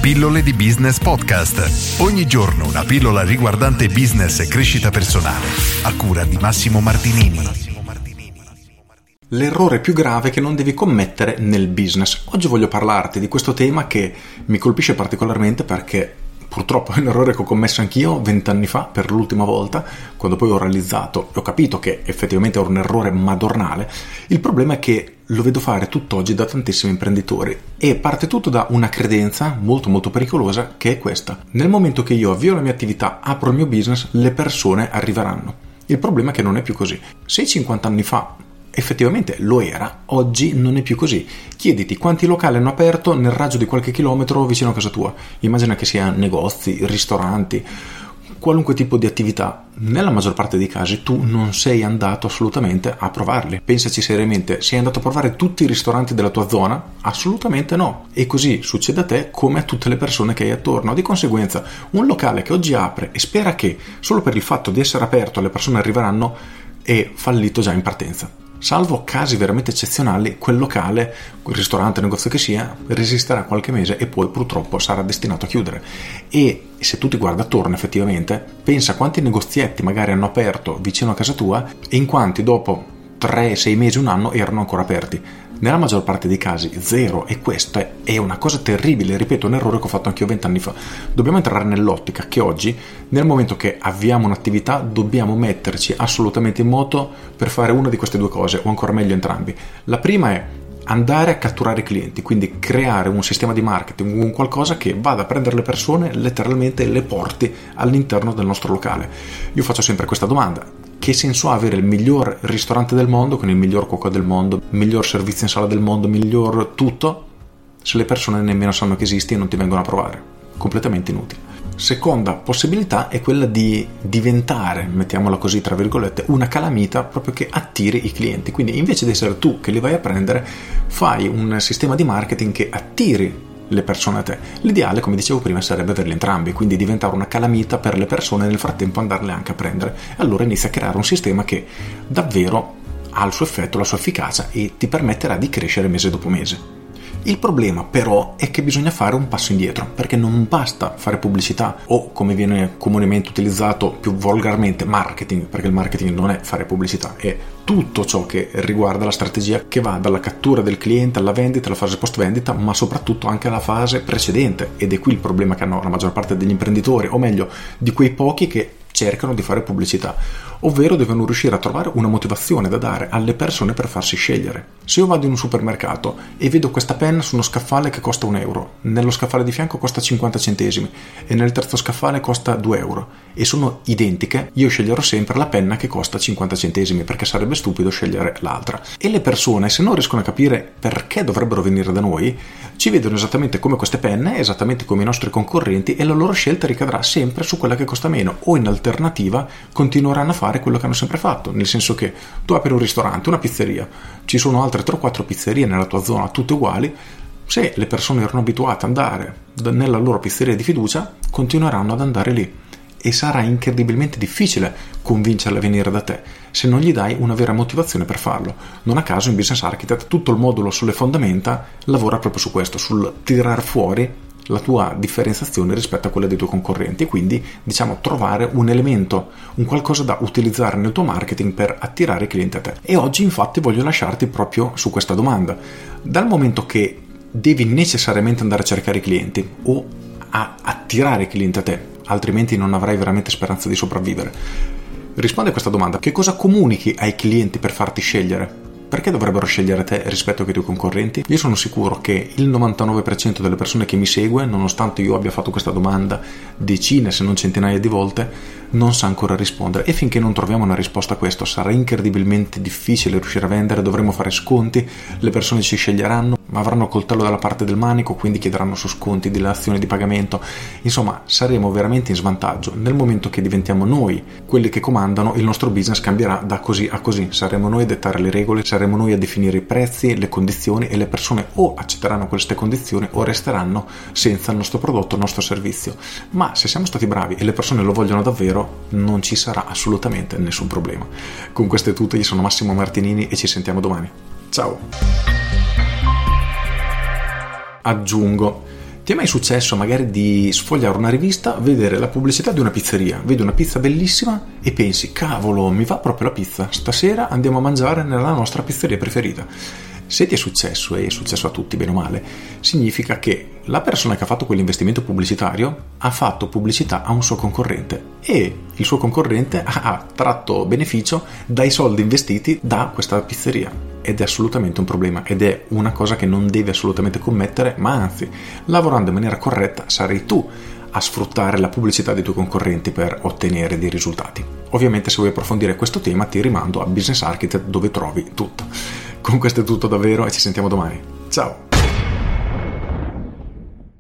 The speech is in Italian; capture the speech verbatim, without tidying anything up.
Pillole di Business Podcast. Ogni giorno una pillola riguardante business e crescita personale. A cura di Massimo Martinini. L'errore più grave che non devi commettere nel business. Oggi voglio parlarti di questo tema che mi colpisce particolarmente perché purtroppo è un errore che ho commesso anch'io vent'anni fa per l'ultima volta, quando poi ho realizzato e ho capito che effettivamente era un errore madornale. Il problema è che lo vedo fare tutt'oggi da tantissimi imprenditori e parte tutto da una credenza molto molto pericolosa, che è questa: nel momento che io avvio la mia attività, apro il mio business, le persone arriveranno. Il problema è che non è più così. Se cinquanta anni fa effettivamente lo era, oggi non è più così. Chiediti quanti locali hanno aperto nel raggio di qualche chilometro vicino a casa tua. Immagina che siano negozi, ristoranti, qualunque tipo di attività. Nella maggior parte dei casi tu non sei andato assolutamente a provarli. Pensaci seriamente: sei andato a provare tutti i ristoranti della tua zona? Assolutamente no. E così succede a te come a tutte le persone che hai attorno. Di conseguenza, un locale che oggi apre e spera che solo per il fatto di essere aperto le persone arriveranno è fallito già in partenza. Salvo casi veramente eccezionali, quel locale, quel ristorante, negozio che sia, resisterà qualche mese e poi purtroppo sarà destinato a chiudere. E se tu ti guardi attorno effettivamente, pensa quanti negozietti magari hanno aperto vicino a casa tua e in quanti dopo tre sei mesi, un anno erano ancora aperti. Nella maggior parte dei casi zero, e questa è una cosa terribile, ripeto, un errore che ho fatto anch'io vent'anni fa. Dobbiamo entrare nell'ottica che oggi, nel momento che avviamo un'attività, dobbiamo metterci assolutamente in moto per fare una di queste due cose, o ancora meglio entrambi. La prima è andare a catturare clienti, quindi creare un sistema di marketing, un qualcosa che vada a prendere le persone, letteralmente le porti all'interno del nostro locale. Io faccio sempre questa domanda: che senso ha avere il miglior ristorante del mondo con il miglior cuoco del mondo, il miglior servizio in sala del mondo, miglior tutto, se le persone nemmeno sanno che esisti e non ti vengono a provare? Completamente inutile. Seconda possibilità è quella di diventare, mettiamola così tra virgolette, una calamita proprio che attiri i clienti. Quindi invece di essere tu che li vai a prendere, fai un sistema di marketing che attiri le persone a te. L'ideale, come dicevo prima, sarebbe averli entrambi, quindi diventare una calamita per le persone e nel frattempo andarle anche a prendere. Allora inizia a creare un sistema che davvero ha il suo effetto, la sua efficacia e ti permetterà di crescere mese dopo mese. Il problema però è che bisogna fare un passo indietro, perché non basta fare pubblicità o, come viene comunemente utilizzato più volgarmente, marketing, perché il marketing non è fare pubblicità, è tutto ciò che riguarda la strategia che va dalla cattura del cliente alla vendita, alla fase post vendita, ma soprattutto anche alla fase precedente. Ed è qui il problema che hanno la maggior parte degli imprenditori, o meglio di quei pochi che cercano di fare pubblicità, ovvero devono riuscire a trovare una motivazione da dare alle persone per farsi scegliere. Se io vado in un supermercato e vedo questa penna su uno scaffale che costa un euro, nello scaffale di fianco costa cinquanta centesimi e nel terzo scaffale costa due euro e sono identiche, io sceglierò sempre la penna che costa cinquanta centesimi, perché sarebbe stupido scegliere l'altra. E le persone, se non riescono a capire perché dovrebbero venire da noi, ci vedono esattamente come queste penne, esattamente come i nostri concorrenti, e la loro scelta ricadrà sempre su quella che costa meno, o in alternativa continueranno a fare quello che hanno sempre fatto, nel senso che tu apri un ristorante, una pizzeria, ci sono altre tre o quattro pizzerie nella tua zona, tutte uguali. Se le persone erano abituate ad andare nella loro pizzeria di fiducia, continueranno ad andare lì e sarà incredibilmente difficile convincerle a venire da te se non gli dai una vera motivazione per farlo. Non a caso in Business Architect tutto il modulo sulle fondamenta lavora proprio su questo, sul tirar fuori la tua differenziazione rispetto a quella dei tuoi concorrenti, e quindi diciamo trovare un elemento, un qualcosa da utilizzare nel tuo marketing per attirare i clienti a te. E oggi infatti voglio lasciarti proprio su questa domanda: dal momento che devi necessariamente andare a cercare i clienti o a attirare i clienti a te, altrimenti non avrai veramente speranza di sopravvivere, rispondi a questa domanda: che cosa comunichi ai clienti per farti scegliere? Perché dovrebbero scegliere te rispetto ai tuoi concorrenti? Io sono sicuro che il novantanove per cento delle persone che mi segue, nonostante io abbia fatto questa domanda decine se non centinaia di volte, non sa ancora rispondere, e finché non troviamo una risposta a questo sarà incredibilmente difficile riuscire a vendere. Dovremo fare sconti, le persone ci sceglieranno ma avranno il coltello dalla parte del manico, quindi chiederanno su sconti, dilazioni di pagamento. Insomma, saremo veramente in svantaggio. Nel momento che diventiamo noi quelli che comandano, il nostro business cambierà da così a così. Saremo noi a dettare le regole, saremo noi a definire i prezzi, le condizioni, e le persone o accetteranno queste condizioni o resteranno senza il nostro prodotto, il nostro servizio. Ma se siamo stati bravi e le persone lo vogliono davvero, non ci sarà assolutamente nessun problema. Con questo è tutto, io sono Massimo Martinini e ci sentiamo domani. Ciao! Aggiungo Ti è mai successo magari di sfogliare una rivista, vedere la pubblicità di una pizzeria, vedi una pizza bellissima e pensi, cavolo, mi va proprio la pizza, stasera andiamo a mangiare nella nostra pizzeria preferita? Se ti è successo, e è successo a tutti bene o male, significa che la persona che ha fatto quell'investimento pubblicitario ha fatto pubblicità a un suo concorrente e il suo concorrente ha tratto beneficio dai soldi investiti da questa pizzeria, ed è assolutamente un problema, ed è una cosa che non devi assolutamente commettere, ma anzi, lavorando in maniera corretta sarai tu a sfruttare la pubblicità dei tuoi concorrenti per ottenere dei risultati. Ovviamente, se vuoi approfondire questo tema ti rimando a Business Architect, dove trovi tutto. Con questo è tutto davvero e ci sentiamo domani. Ciao!